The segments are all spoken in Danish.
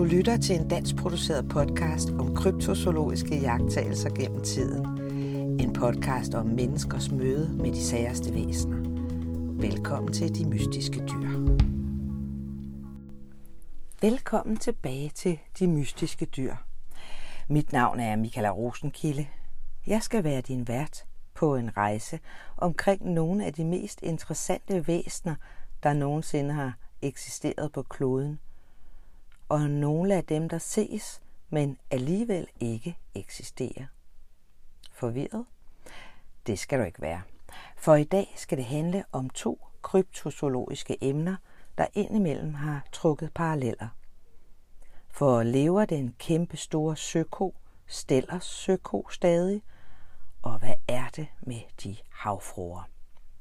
lytter til en dansk produceret podcast om kryptozoologiske iagttagelser gennem tiden. En podcast om menneskers møde med de særeste væsener. Velkommen til De Mystiske Dyr. Velkommen tilbage til De Mystiske Dyr. Mit navn er Michaela Rosenkilde. Jeg skal være din vært på en rejse omkring nogle af de mest interessante væsener, der nogensinde har eksisteret på kloden. Og nogle af dem, der ses, men alligevel ikke eksisterer. Forvirret? Det skal du ikke være. For i dag skal det handle om 2 kryptozoologiske emner, der indimellem har trukket paralleller. For lever den kæmpe store søko, Stellers søko stadig? Og hvad er det med de havfruer?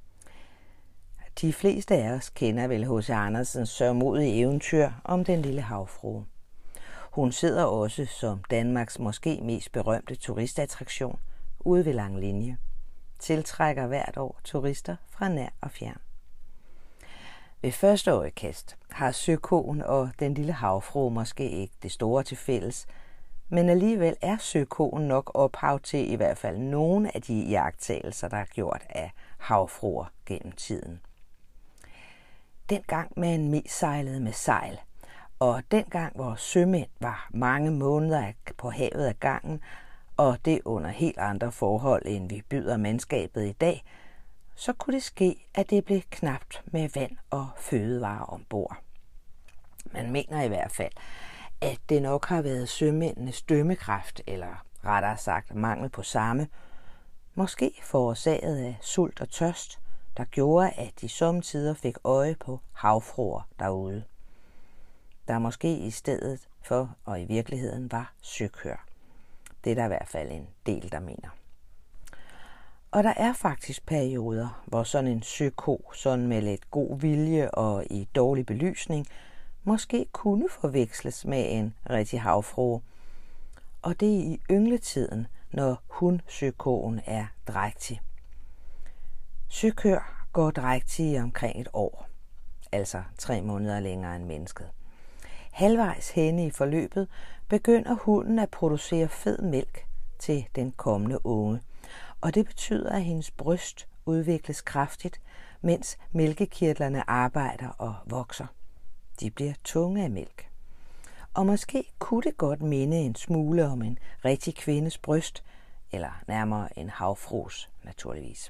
De fleste af os kender vel H.C. Andersens sørgmodige eventyr om den lille havfrue. Hun sidder også som Danmarks måske mest berømte turistattraktion ude ved Langelinie. Tiltrækker hvert år turister fra nær og fjern. Ved første øjekast har søkoen og den lille havfrue måske ikke det store til fælles, men alligevel er søkoen nok ophav til i hvert fald nogle af de iagttagelser, der er gjort af havfruer gennem tiden. Dengang man mest sejlede med sejl, og dengang hvor sømænd var mange måneder på havet ad gangen, og det under helt andre forhold, end vi byder mandskabet i dag, så kunne det ske, at det blev knapt med vand og fødevarer ombord. Man mener i hvert fald, at det nok har været sømændenes dømmekraft, eller rettere sagt mangel på samme, måske forårsaget af sult og tørst, der gjorde, at de sommetider fik øje på havfruer derude. Der måske i stedet for, og i virkeligheden, var søkør. Det er der i hvert fald en del, der mener. Og der er faktisk perioder, hvor sådan en søko, sådan med lidt god vilje og i dårlig belysning, måske kunne forveksles med en rigtig havfrue. Og det er i yngletiden, når søkoen er drægtig. Søkør går drægtig i omkring et år, altså 3 måneder længere end mennesket. Halvvejs henne i forløbet begynder hunden at producere fed mælk til den kommende unge, og det betyder, at hendes bryst udvikles kraftigt, mens mælkekirtlerne arbejder og vokser. De bliver tunge af mælk. Og måske kunne det godt minde en smule om en rigtig kvindes bryst, eller nærmere en havfrues naturligvis.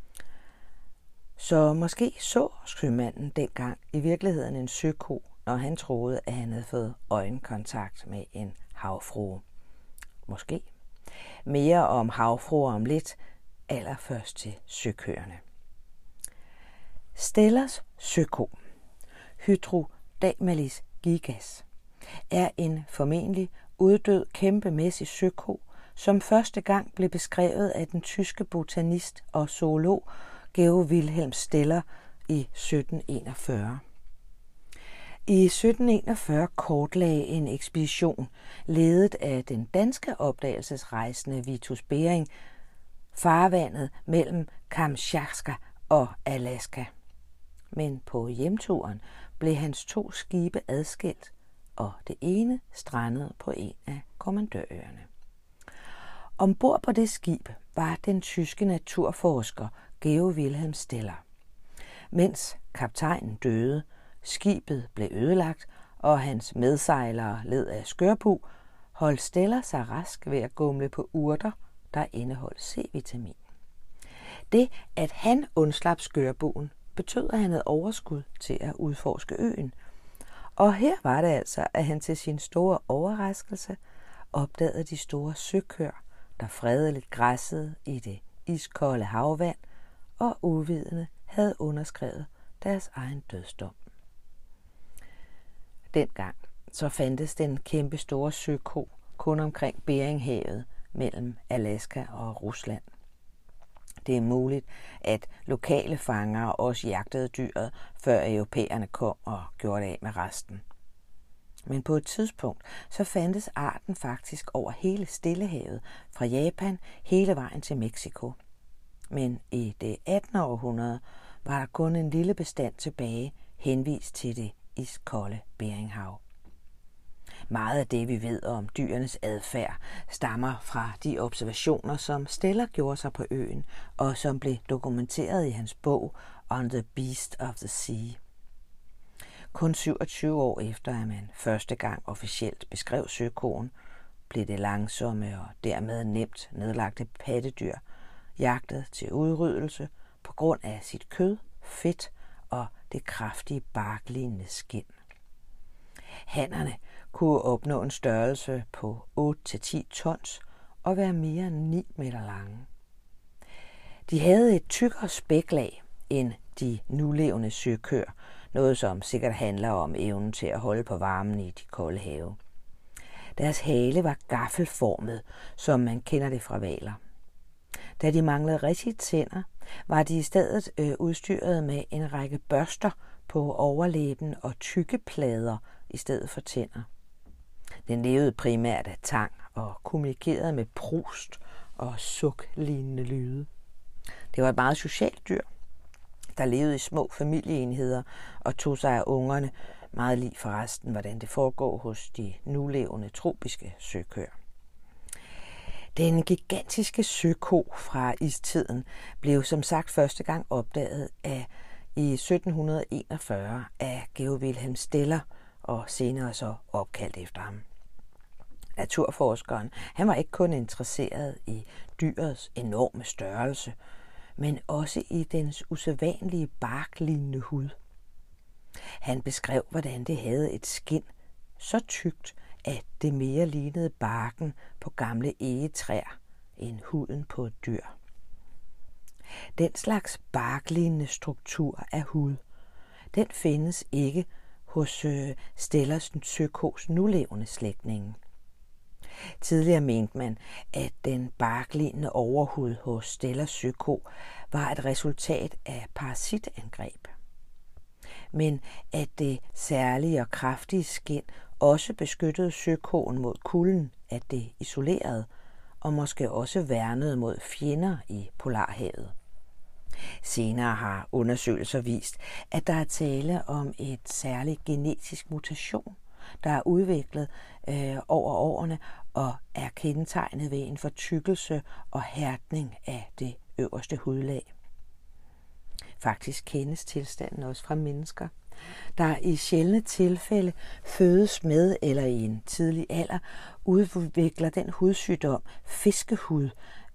Så måske så sømanden dengang i virkeligheden en søko, når han troede, at han havde fået øjenkontakt med en havfrue. Måske. Mere om havfruer om lidt, allerførst til søkøerne. Stellers søko, Hydrodamalis gigas, er en formentlig uddød kæmpemæssig søko, som første gang blev beskrevet af den tyske botanist og zoolog Georg Wilhelm Steller i 1741. I 1741 kortlagde en ekspedition, ledet af den danske opdagelsesrejsende Vitus Bering, farvandet mellem Kamchatka og Alaska. Men på hjemturen blev hans 2 skibe adskilt, og det ene strandede på en af kommandørøerne. Ombord på det skib var den tyske naturforsker Georg Wilhelm Steller. Mens kaptajnen døde, skibet blev ødelagt, og hans medsejlere led af skørbu, holdt Steller sig rask ved at gumle på urter, der indeholdt C-vitamin. Det, at han undslap skørbuen, betød, at han havde overskud til at udforske øen. Og her var det altså, at han til sin store overraskelse opdagede de store søkør, der fredeligt græssede i det iskolde havvand, og uvidende havde underskrevet deres egen dødsdom. Dengang så fandtes den kæmpe store søko kun omkring Beringhavet mellem Alaska og Rusland. Det er muligt, at lokale fangere også jagtede dyret, før europæerne kom og gjorde det af med resten. Men på et tidspunkt så fandtes arten faktisk over hele Stillehavet, fra Japan hele vejen til Mexico. Men i det 18. århundrede var der kun en lille bestand tilbage, henvist til det iskolde Beringhav. Meget af det, vi ved om dyrenes adfærd, stammer fra de observationer, som Steller gjorde sig på øen, og som blev dokumenteret i hans bog On the Beast of the Sea. Kun 27 år efter, at man første gang officielt beskrev søkoen, blev det langsomme og dermed nemt nedlagte pattedyr jagtet til udryddelse på grund af sit kød, fedt og det kraftige barklignende skind. Hannerne kunne opnå en størrelse på 8-10 tons og være mere end 9 meter lange. De havde et tykkere spæklag end de nulevende søkøer, noget som sikkert handler om evnen til at holde på varmen i de kolde have. Deres hale var gaffelformet, som man kender det fra hvaler. Da de manglede rigtige tænder, var de i stedet udstyret med en række børster på overlæben og tykke plader i stedet for tænder. Den levede primært af tang og kommunikerede med prust og suk-lignende lyde. Det var et meget socialt dyr, der levede i små familieenheder og tog sig af ungerne, meget lig forresten, hvordan det foregår hos de nulevende tropiske søkøer. Den gigantiske søko fra istiden blev som sagt første gang opdaget i 1741 af Georg Wilhelm Steller og senere så opkaldt efter ham. Naturforskeren, han var ikke kun interesseret i dyrets enorme størrelse, men også i dens usædvanlige barklignende hud. Han beskrev, hvordan det havde et skind så tykt, at det mere lignede barken på gamle egetræer end huden på et dyr. Den slags barklignende struktur af hud, den findes ikke hos Stellers søkos nulevende slægtninge. Tidligere mente man, at den barklignende overhud hos Stellers søko var et resultat af parasitangreb. Men at det særlige og kraftige skind også beskyttede søkoen mod kulden, at det isolerede, og måske også værnede mod fjender i Polarhavet. Senere har undersøgelser vist, at der er tale om et særligt genetisk mutation, der er udviklet over årene og er kendetegnet ved en fortykkelse og hærdning af det øverste hudlag. Faktisk kendes tilstanden også fra mennesker, der i sjældne tilfælde fødes med eller i en tidlig alder udvikler den hudsygdom fiskehud,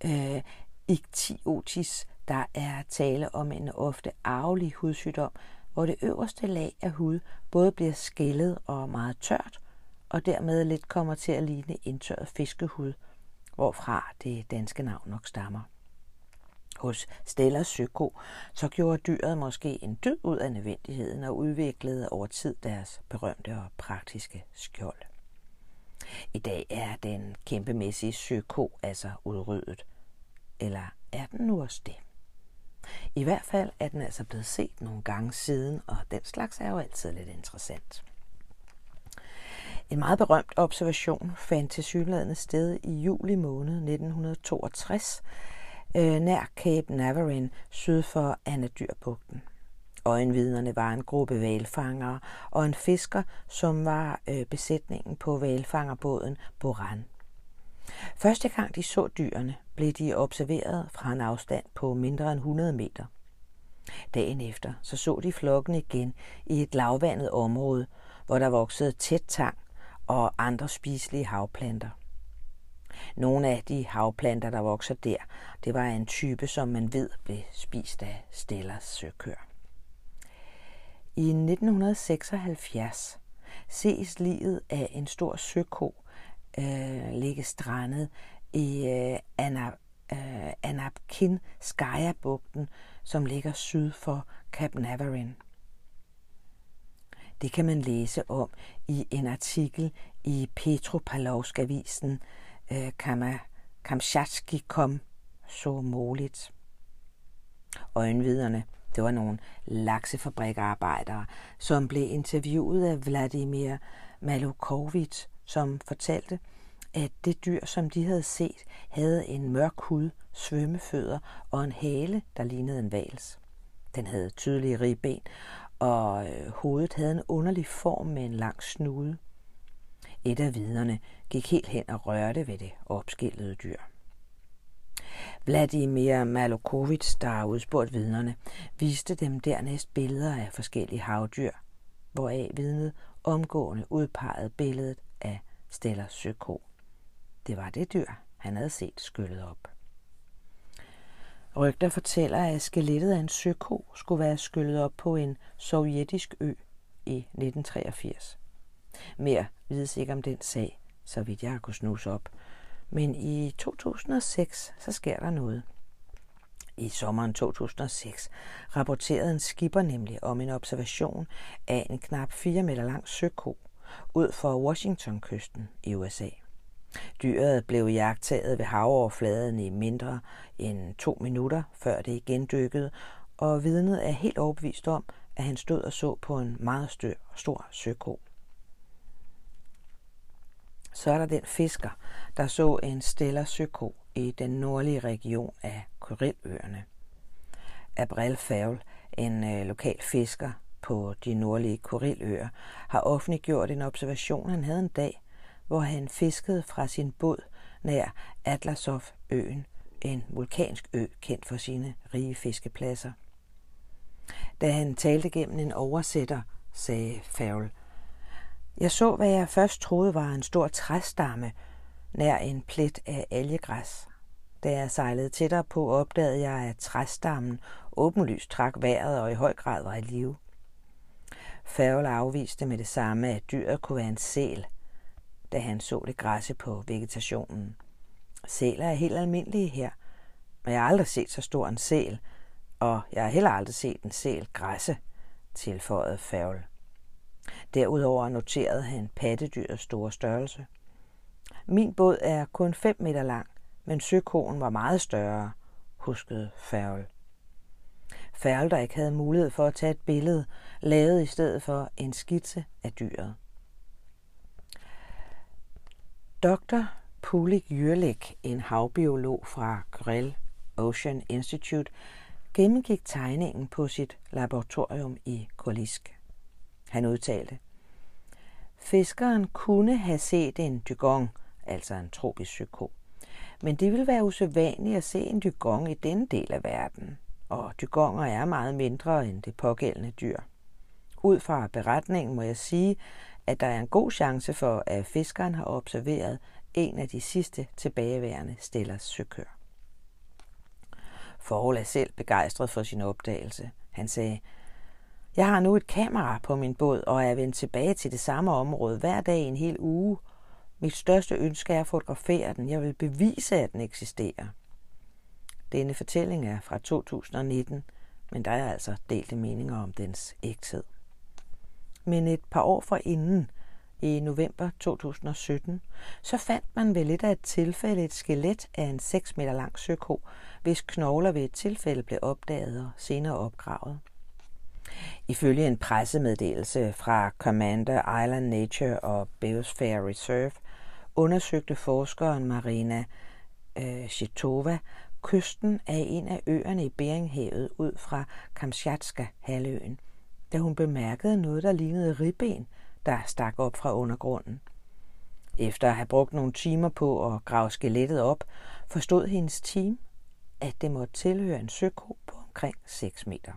ichthyosis, der er tale om en ofte arvelig hudsygdom, hvor det øverste lag af hud både bliver skællet og meget tørt, og dermed lidt kommer til at ligne indtørret fiskehud, hvorfra det danske navn nok stammer. Hos Stellers søko så gjorde dyret måske en dyd ud af nødvendigheden og udviklede over tid deres berømte og praktiske skjold. I dag er den kæmpemæssige søko altså udryddet. Eller er den nu også det? I hvert fald er den altså blevet set nogle gange siden, og den slags er jo altid lidt interessant. En meget berømt observation fandt tilsyneladende sted i juli måned 1962, nær Cape Navarin syd for Anadyrbugten. Øjenvidnerne var en gruppe hvalfangere og en fisker, som var besætningen på hvalfangerbåden Boran. Første gang de så dyrene, blev de observeret fra en afstand på mindre end 100 meter. Dagen efter så de flokken igen i et lavvandet område, hvor der voksede tæt tang og andre spiselige havplanter. Nogle af de havplanter, der vokser der, det var en type, som man ved blev spist af Stellers søkøer. I 1976 ses liget af en stor søko ligge strandet i Anapkin-Skaya-bugten, som ligger syd for Cape Navarin. Det kan man læse om i en artikel i Petropavlovsk-avisen Kamchatski-kom Somolit. Øjenvidnerne, det var nogle laksefabrikarbejdere, som blev interviewet af Vladimir Malukovich, som fortalte, at det dyr, som de havde set, havde en mørk hud, svømmefødder og en hale, der lignede en hvals. Den havde tydelige ribben, og hovedet havde en underlig form med en lang snude. Et af vidnerne gik helt hen og rørte ved det opskillede dyr. Vladimir Malukovits, der har udspurgt vidnerne, viste dem dernæst billeder af forskellige havdyr, hvoraf vidnet omgående udpegede billedet af Stellers søko. Det var det dyr, han havde set skyllet op. Rygter fortæller, at skelettet af en søko skulle være skyllet op på en sovjetisk ø i 1983. Mere vides ikke om den sag, så vidt jeg har kunnet snuse op. Men i 2006, så sker der noget. I sommeren 2006 rapporterede en skipper nemlig om en observation af en knap 4 meter lang søko ud for Washingtonkysten i USA. Dyret blev iagttaget ved havoverfladen i mindre end 2 minutter, før det igen dykkede, og vidnet er helt overbevist om, at han stod og så på en meget stor søko. Så er der den fisker, der så en Stellers søko i den nordlige region af Kurilløerne. Abrel Færgel, en lokal fisker på de nordlige Kurilløer, har offentliggjort en observation, han havde en dag, hvor han fiskede fra sin båd nær Atlasov-øen, en vulkansk ø kendt for sine rige fiskepladser. Da han talte gennem en oversætter, sagde Færgel: "Jeg så, hvad jeg først troede var en stor træstamme nær en plet af algegræs. Da jeg sejlede tættere på, opdagede jeg, at træstammen åbenlyst trak vejret og i høj grad var i live." Færgel afviste med det samme, at dyret kunne være en sæl, da han så det græsse på vegetationen. Sæler er helt almindelige her, men jeg har aldrig set så stor en sæl, og jeg har heller aldrig set en sæl græsse, tilføjede Færgel. Derudover noterede han pattedyrets store størrelse. "Min båd er kun 5 meter lang, men søkoen var meget større," huskede Færgel. Færgel, der ikke havde mulighed for at tage et billede, lavede i stedet for en skitse af dyret. Dr. Pulik Jürlik, en havbiolog fra Grill Ocean Institute, gennemgik tegningen på sit laboratorium i Kolisk. Han udtalte: "Fiskeren kunne have set en dugong, altså en tropisk søko, men det ville være usædvanligt at se en dugong i denne del af verden, og dugonger er meget mindre end det pågældende dyr. Ud fra beretningen må jeg sige, at der er en god chance for, at fiskeren har observeret en af de sidste tilbageværende Stellers søkøer." Færgel er selv begejstret for sin opdagelse. Han sagde: "Jeg har nu et kamera på min båd, og er vendt tilbage til det samme område hver dag i en hel uge. Mit største ønske er at fotografere den. Jeg vil bevise, at den eksisterer." Denne fortælling er fra 2019, men der er altså delte meninger om dens ægthed. Men et par år forinden, i november 2017, så fandt man ved lidt af et tilfælde et skelet af en 6 meter lang søko, hvis knogler ved et tilfælde blev opdaget og senere opgravet. Ifølge en pressemeddelelse fra Commander Island Nature og Biosphere Reserve undersøgte forskeren Marina Shitova kysten af en af øerne i Beringhavet ud fra Kamchatka-halvøen, da hun bemærkede noget, der lignede ribben, der stak op fra undergrunden. Efter at have brugt nogle timer på at grave skelettet op, forstod hendes team, at det måtte tilhøre en søko på omkring 6 meter.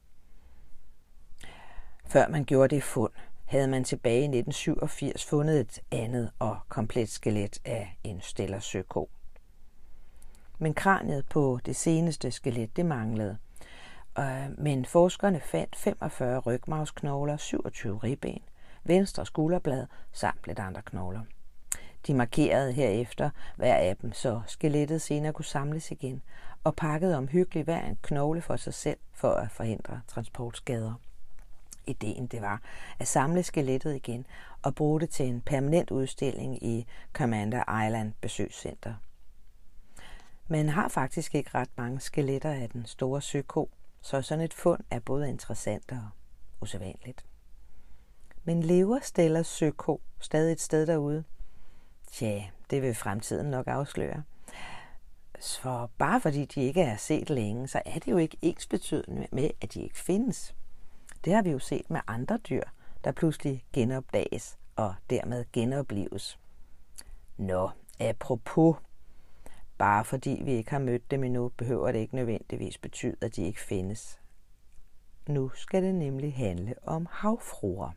Før man gjorde det fund, havde man tilbage i 1987 fundet et andet og komplet skelet af en Stellers søko. Men kraniet på det seneste skelet, det manglede. Men forskerne fandt 45 rygmarvsknogler, 27 ribben, venstre skulderblad samt lidt andre knogler. De markerede herefter hver af dem, så skelettet senere kunne samles igen, og pakkede omhyggeligt hver en knogle for sig selv for at forhindre transportskader. Ideen det var at samle skelettet igen og bruge det til en permanent udstilling i Commander Island Besøgscenter. Man har faktisk ikke ret mange skeletter af den store søko, så sådan et fund er både interessant og usædvanligt. Men lever Stellers søko stadig et sted derude? Tja, det vil fremtiden nok afsløre. For bare fordi de ikke er set længe, så er det jo ikke ensbetydende med, at de ikke findes. Det har vi jo set med andre dyr, der pludselig genopdages og dermed genopleves. Nå, apropos, bare fordi vi ikke har mødt dem endnu, behøver det ikke nødvendigvis betyde, at de ikke findes. Nu skal det nemlig handle om havfruer.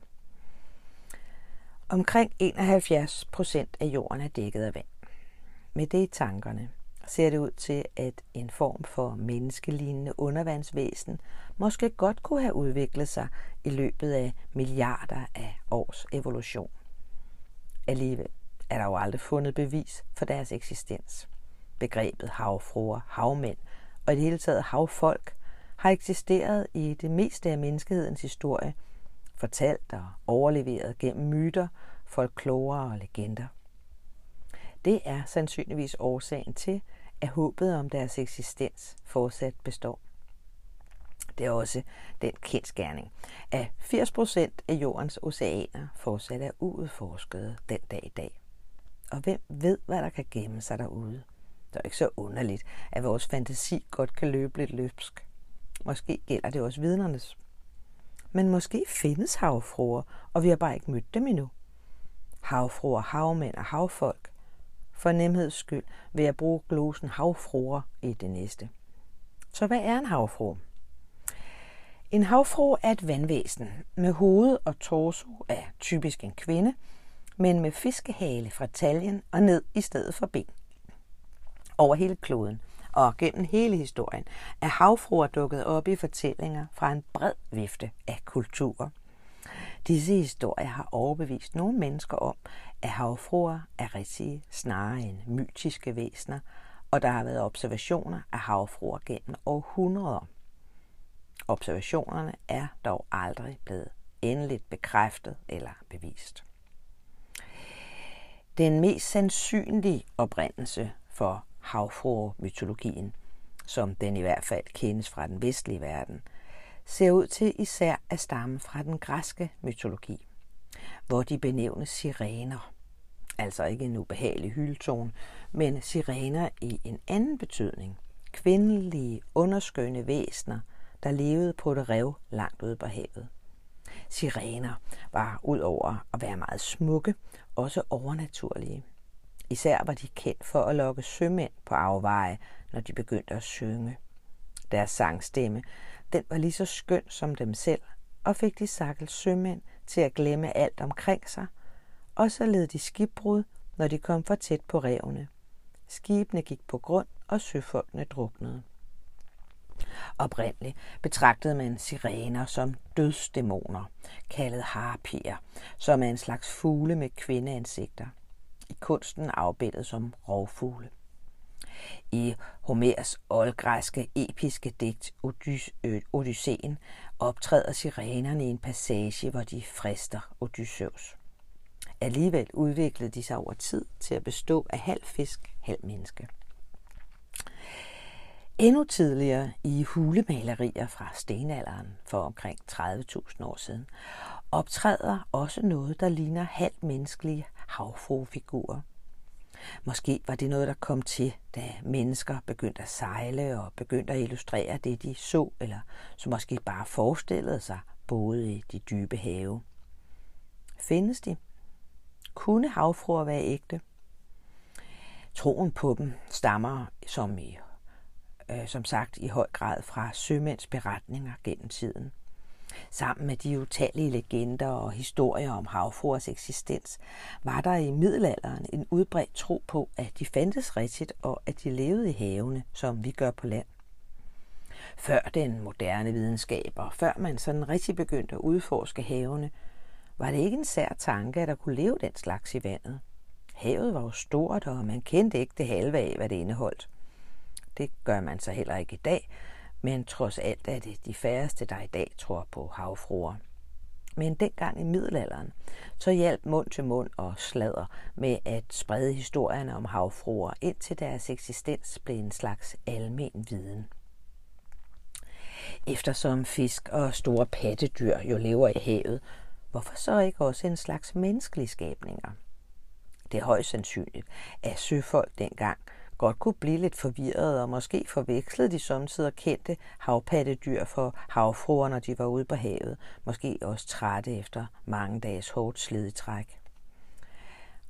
Omkring 71% af jorden er dækket af vand. Med det i tankerne ser det ud til, at en form for menneskelignende undervandsvæsen måske godt kunne have udviklet sig i løbet af milliarder af års evolution. Alligevel er der jo aldrig fundet bevis for deres eksistens. Begrebet havfruer, havmænd og i det hele taget havfolk har eksisteret i det meste af menneskehedens historie, fortalt og overleveret gennem myter, folklore og legender. Det er sandsynligvis årsagen til, at håbet om deres eksistens fortsat består. Det er også den kendsgerning, at 80% af jordens oceaner fortsat er uudforskede den dag i dag. Og hvem ved, hvad der kan gemme sig derude? Det er ikke så underligt, at vores fantasi godt kan løbe lidt løbsk. Måske gælder det også vidnernes. Men måske findes havfruer, og vi har bare ikke mødt dem endnu. Havfruer, havmænd og havfolk. For nemheds skyld vil jeg bruge glosen havfruer i det næste. Så hvad er en havfrue? En havfrue er et vandvæsen med hoved og torso af typisk en kvinde, men med fiskehale fra taljen og ned i stedet for ben. Over hele kloden og gennem hele historien er havfruer dukket op i fortællinger fra en bred vifte af kulturer. Disse historier har overbevist nogle mennesker om, at havfruer er rigtige snarere end mytiske væsener, og der har været observationer af havfruer gennem århundreder. Observationerne er dog aldrig blevet endeligt bekræftet eller bevist. Den mest sandsynlige oprindelse for havfruemytologien, som den i hvert fald kendes fra den vestlige verden, ser ud til især at stamme fra den græske mytologi, hvor de benævnes sirener. Altså ikke en ubehagelig hyldtone, men sirener i en anden betydning. Kvindelige, underskønne væsener, der levede på et rev langt ude på havet. Sirener var udover at være meget smukke, også overnaturlige. Især var de kendt for at lokke sømænd på afveje, når de begyndte at synge. Deres sangstemme, den var lige så skøn som dem selv, og fik de stakkels sømænd til at glemme alt omkring sig, og så led de skibbrud, når de kom for tæt på revene. Skibene gik på grund, og søfolkene druknede. Oprindeligt betragtede man sirener som dødsdæmoner, kaldet harpier, som er en slags fugle med kvindeansigter. I kunsten afbildet som rovfugle. I Homers oldgræske episke digt Odysseen optræder sirenerne i en passage, hvor de frister Odysseus. Alligevel udviklede de sig over tid til at bestå af halv fisk, halv menneske. Endnu tidligere i hulemalerier fra stenalderen for omkring 30.000 år siden optræder også noget, der ligner halvt menneskelige havfruefigurer. Måske var det noget, der kom til, da mennesker begyndte at sejle og begyndte at illustrere det, de så, eller som måske bare forestillede sig, boede i de dybe have. Findes de? Kunne havfruer være ægte? Troen på dem stammer som sagt i høj grad fra sømænds beretninger gennem tiden. Sammen med de utallige legender og historier om havfruers eksistens, var der i middelalderen en udbredt tro på, at de fandtes rigtigt og at de levede i havene, som vi gør på land. Før den moderne videnskab, og før man sådan rigtig begyndte at udforske havene, var det ikke en sær tanke, at der kunne leve den slags i vandet. Havet var jo stort, og man kendte ikke det halve af, hvad det indeholdt. Det gør man så heller ikke i dag, men trods alt er det de færreste, der i dag tror på havfruer. Men dengang i middelalderen, så hjalp mund til mund og sladder med at sprede historierne om havfruer, indtil deres eksistens blev en slags almen viden. Eftersom fisk og store pattedyr jo lever i havet, hvorfor så ikke også en slags menneskelige skabninger? Det er højst sandsynligt, at søfolk dengang godt kunne blive lidt forvirrede, og måske forvekslede de sommetider kendte havpattedyr for havfruer, når de var ude på havet, måske også trætte efter mange dages hårdt slidtræk.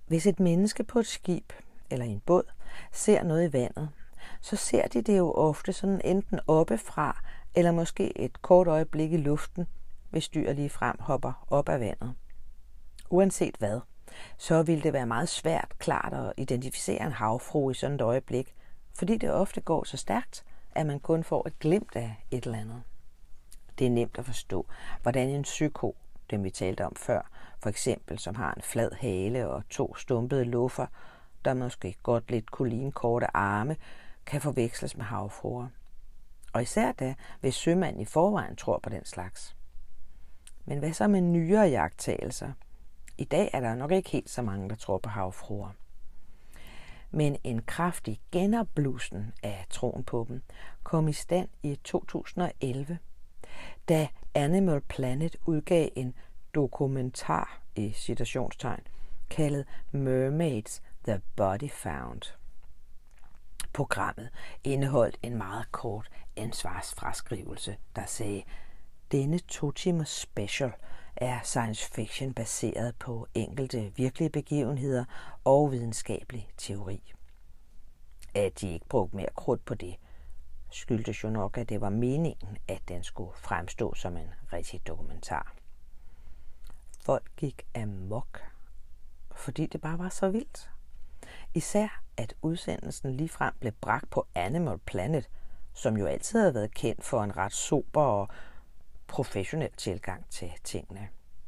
Hvis et menneske på et skib eller i en båd ser noget i vandet, så ser de det jo ofte sådan enten oppefra, eller måske et kort øjeblik i luften, hvis dyr lige frem hopper op af vandet. Uanset hvad, så vil det være meget svært klart at identificere en havfrue i sådan et øjeblik, fordi det ofte går så stærkt, at man kun får et glimt af et eller andet. Det er nemt at forstå, hvordan en søko, dem vi talte om før, for eksempel som har en flad hale og 2 stumpede luffer, der måske godt lidt kunne ligne korte arme, kan forveksles med havfruer. Og især da, hvis sømanden i forvejen tror på den slags. Men hvad så med nyere iagttagelser? I dag er der nok ikke helt så mange, der tror på havfruer. Men en kraftig genopblussen af troen på dem kom i stand i 2011, da Animal Planet udgav en dokumentar i citationstegn kaldet Mermaids: The Body Found. Programmet indeholdt en meget kort ansvarsfraskrivelse, der sagde: denne 2-timers special er science fiction baseret på enkelte virkelige begivenheder og videnskabelig teori. At de ikke brugte mere krudt på det, skyldtes jo nok, at det var meningen, at den skulle fremstå som en rigtig dokumentar. Folk gik amok, fordi det bare var så vildt. Især at udsendelsen ligefrem blev bragt på Animal Planet, som jo altid havde været kendt for en ret sober og professionel tilgang til tingene.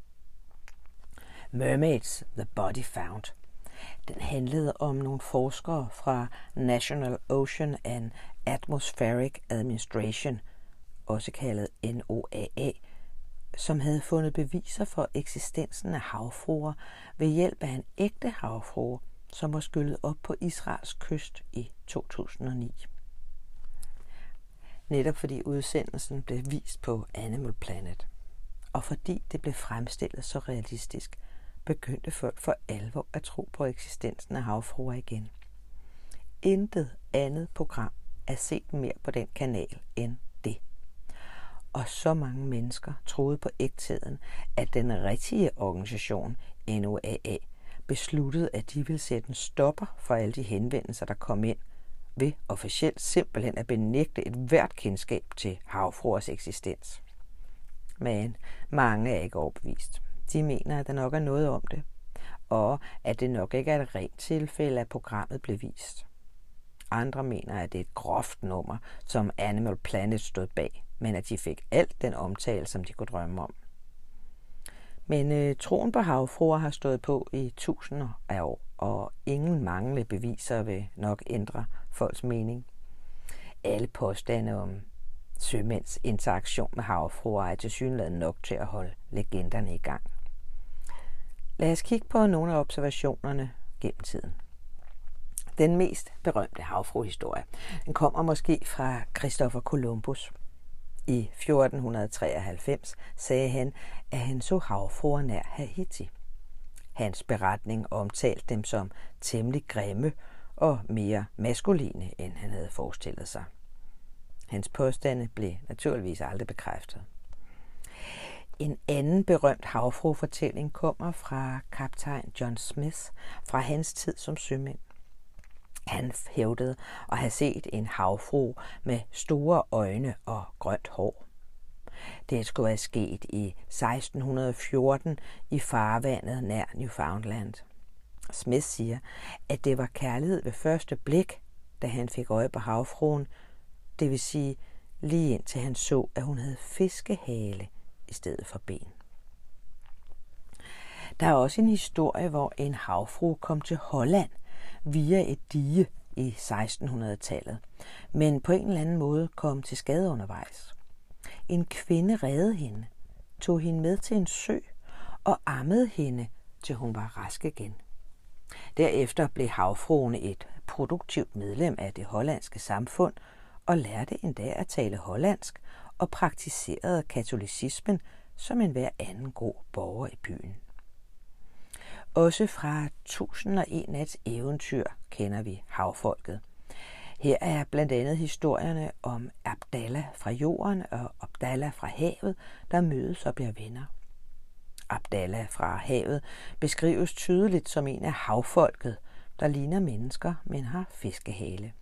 Mermaids: The Body Found. Den handlede om nogle forskere fra National Ocean and Atmospheric Administration, også kaldet NOAA, som havde fundet beviser for eksistensen af havfruer ved hjælp af en ægte havfrue, som var skyllet op på Israels kyst i 2009. Netop fordi udsendelsen blev vist på Animal Planet, og fordi det blev fremstillet så realistisk, begyndte folk for alvor at tro på eksistensen af havfruer igen. Intet andet program er set mere på den kanal end det. Og så mange mennesker troede på ægtheden, at den rigtige organisation, NOAA, besluttede, at de ville sætte en stopper for alle de henvendelser, der kom ind, ved officielt simpelthen at benægte et hvert kendskab til havfruers eksistens. Men mange er ikke overbevist. De mener, at der nok er noget om det, og at det nok ikke er et rent tilfælde, at programmet blev vist. Andre mener, at det er et groft nummer, som Animal Planet stod bag, men at de fik alt den omtale, som de kunne drømme om. Men troen på havfruer har stået på i tusinder af år, og ingen manglende beviser vil nok ændre folks mening. Alle påstande om sømænds interaktion med havfruer er tilsyneladende nok til at holde legenderne i gang. Lad os kigge på nogle af observationerne gennem tiden. Den mest berømte havfruehistorie, den kommer måske fra Christopher Columbus. I 1493 sagde han, at han så havfruer nær Haiti. Hans beretning omtalte dem som temmelig grimme og mere maskuline, end han havde forestillet sig. Hans påstande blev naturligvis aldrig bekræftet. En anden berømt havfruefortælling kommer fra kaptajn John Smith fra hans tid som sømand. Han hævdede at have set en havfrue med store øjne og grønt hår. Det skulle have sket i 1614 i farvandet nær Newfoundland. Smith siger, at det var kærlighed ved første blik, da han fik øje på havfruen, det vil sige lige indtil han så, at hun havde fiskehale i stedet for ben. Der er også en historie, hvor en havfrue kom til Holland via et dige i 1600-tallet, men på en eller anden måde kom til skade undervejs. En kvinde reddede hende, tog hende med til en sø og ammede hende, til hun var rask igen. Derefter blev havfruen et produktivt medlem af det hollandske samfund og lærte endda at tale hollandsk og praktiserede katolicismen som enhver anden god borger i byen. Også fra 1001 nats eventyr kender vi havfolket. Her er blandt andet historierne om Abdallah fra jorden og Abdallah fra havet, der mødes og bliver venner. Abdallah fra havet beskrives tydeligt som en af havfolket, der ligner mennesker, men har fiskehale.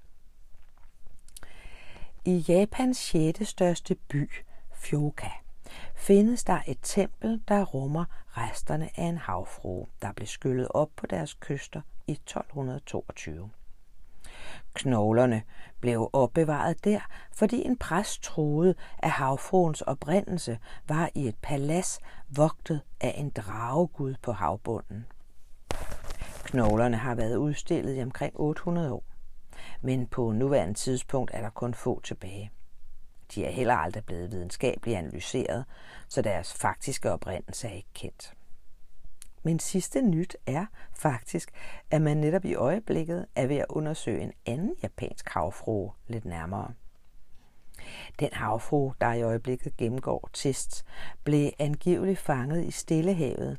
I Japans 6. største by, Fukuoka, findes der et tempel, der rummer resterne af en havfrue, der blev skyllet op på deres kyster i 1222. Knoglerne blev opbevaret der, fordi en præst troede, at havfruens oprindelse var i et palads vogtet af en dragegud på havbunden. Knoglerne har været udstillet i omkring 800 år, men på nuværende tidspunkt er der kun få tilbage. De er heller aldrig blevet videnskabeligt analyseret, så deres faktiske oprindelse er ikke kendt. Men sidste nyt er faktisk, at man netop i øjeblikket er ved at undersøge en anden japansk havfrue lidt nærmere. Den havfrue, der i øjeblikket gennemgår tests, blev angiveligt fanget i Stillehavet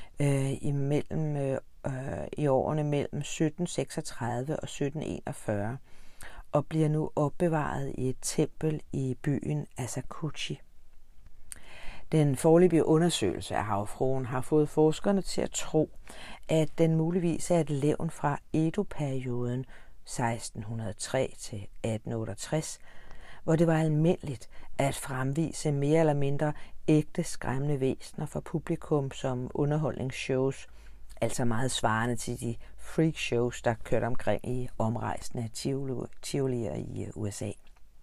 i årene mellem 1736 og 1741 og bliver nu opbevaret i et tempel i byen Asakuchi. Den foreløbige undersøgelse af havfruen har fået forskerne til at tro, at den muligvis er et levn fra Edo-perioden 1603 til 1868, hvor det var almindeligt at fremvise mere eller mindre ægte skræmmende væsener for publikum som underholdningsshows, altså meget svarende til de freakshows, der kørte omkring i omrejsende tivolier i USA.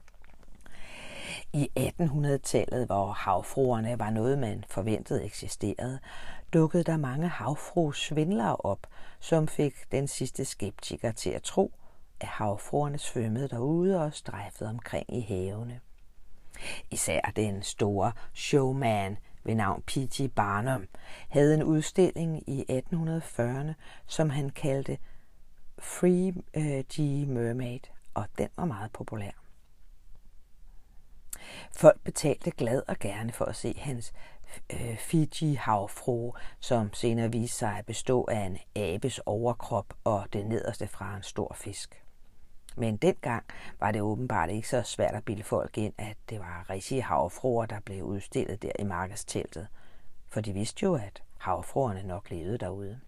I 1800-tallet, hvor havfruerne var noget, man forventede eksisterede, dukkede der mange havfruesvindlere op, som fik den sidste skeptiker til at tro, at havfruerne svømmede derude og strejfede omkring i havene. Især den store showman ved navn P.T. Barnum havde en udstilling i 1840'erne, som han kaldte Free G. Mermaid, og den var meget populær. Folk betalte glad og gerne for at se hans Fiji-havfrue, som senere viste sig at bestå af en abes overkrop og det nederste fra en stor fisk. Men dengang var det åbenbart ikke så svært at bilde folk ind, at det var rigtige havfruer, der blev udstillet der i markedsteltet, for de vidste jo, at havfruerne nok levede derude.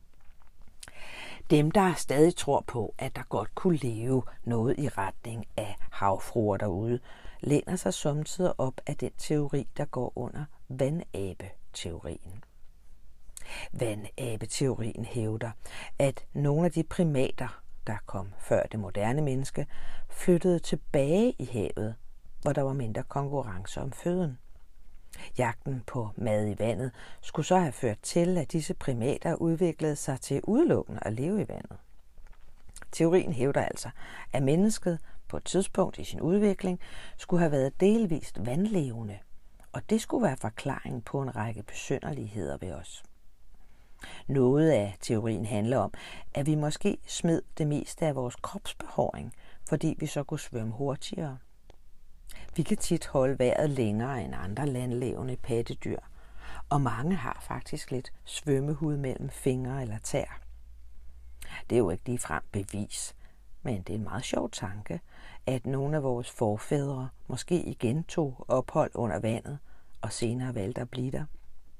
Dem, der stadig tror på, at der godt kunne leve noget i retning af havfruer derude, læner sig samtidig op af den teori, der går under vandabe-teorien. Vandabe-teorien hævder, at nogle af de primater, der kom før det moderne menneske, flyttede tilbage i havet, hvor der var mindre konkurrence om føden. Jagten på mad i vandet skulle så have ført til, at disse primater udviklede sig til udelukkende at leve i vandet. Teorien hævder altså, at mennesket på et tidspunkt i sin udvikling skulle have været delvist vandlevende, og det skulle være forklaringen på en række besynderligheder ved os. Noget af teorien handler om, at vi måske smed det meste af vores kropsbehåring, fordi vi så kunne svømme hurtigere. Vi kan tit holde vejret længere end andre landlevende pattedyr, og mange har faktisk lidt svømmehud mellem fingre eller tær. Det er jo ikke ligefrem bevis, men det er en meget sjov tanke, at nogle af vores forfædre måske igen tog ophold under vandet og senere valgte at blive der.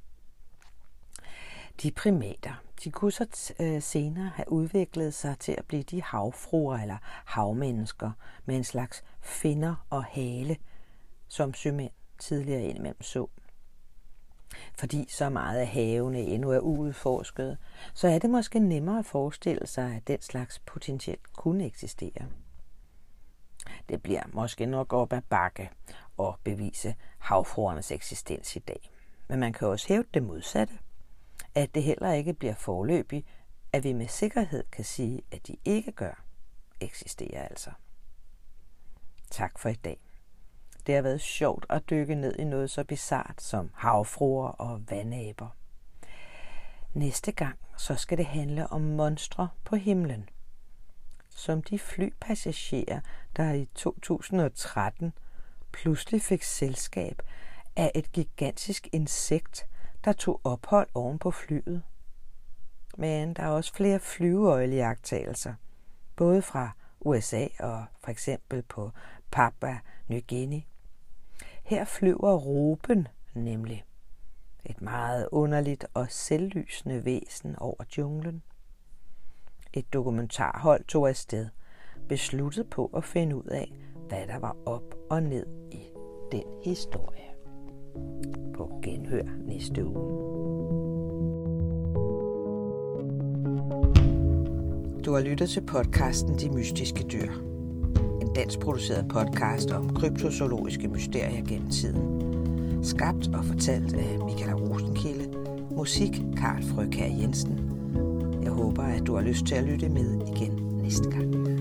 De primater, de kunne så senere have udviklet sig til at blive de havfruer eller havmennesker med en slags finner og hale, som sømænd tidligere indimellem så. Fordi så meget af havene endnu er uudforsket, så er det måske nemmere at forestille sig, at den slags potentielt kunne eksistere. Det bliver måske nok op ad bakke og bevise havfruernes eksistens i dag. Men man kan også hævde det modsatte, at det heller ikke bliver foreløbigt, at vi med sikkerhed kan sige, at de ikke gør eksisterer altså. Tak for i dag. Det har været sjovt at dykke ned i noget så bizart som havfruer og vandaber. Næste gang så skal det handle om monstre på himlen. Som de flypassagerer, der i 2013 pludselig fik selskab af et gigantisk insekt, der tog ophold oven på flyet. Men der er også flere flyveøjleiagttagelser, både fra USA og for eksempel på Papua Ny Guinea. Her flyver roben nemlig. Et meget underligt og selvlysende væsen over junglen. Et dokumentarhold tog afsted, besluttet på at finde ud af, hvad der var op og ned i den historie. På genhør næste uge. Du har lyttet til podcasten De Mystiske Dyr. En dansk produceret podcast om kryptozoologiske mysterier gennem tiden. Skabt og fortalt af Michaela Rosenkilde. Musik Carl Frøkjær Jensen. Jeg håber, at du har lyst til at lytte med igen næste gang.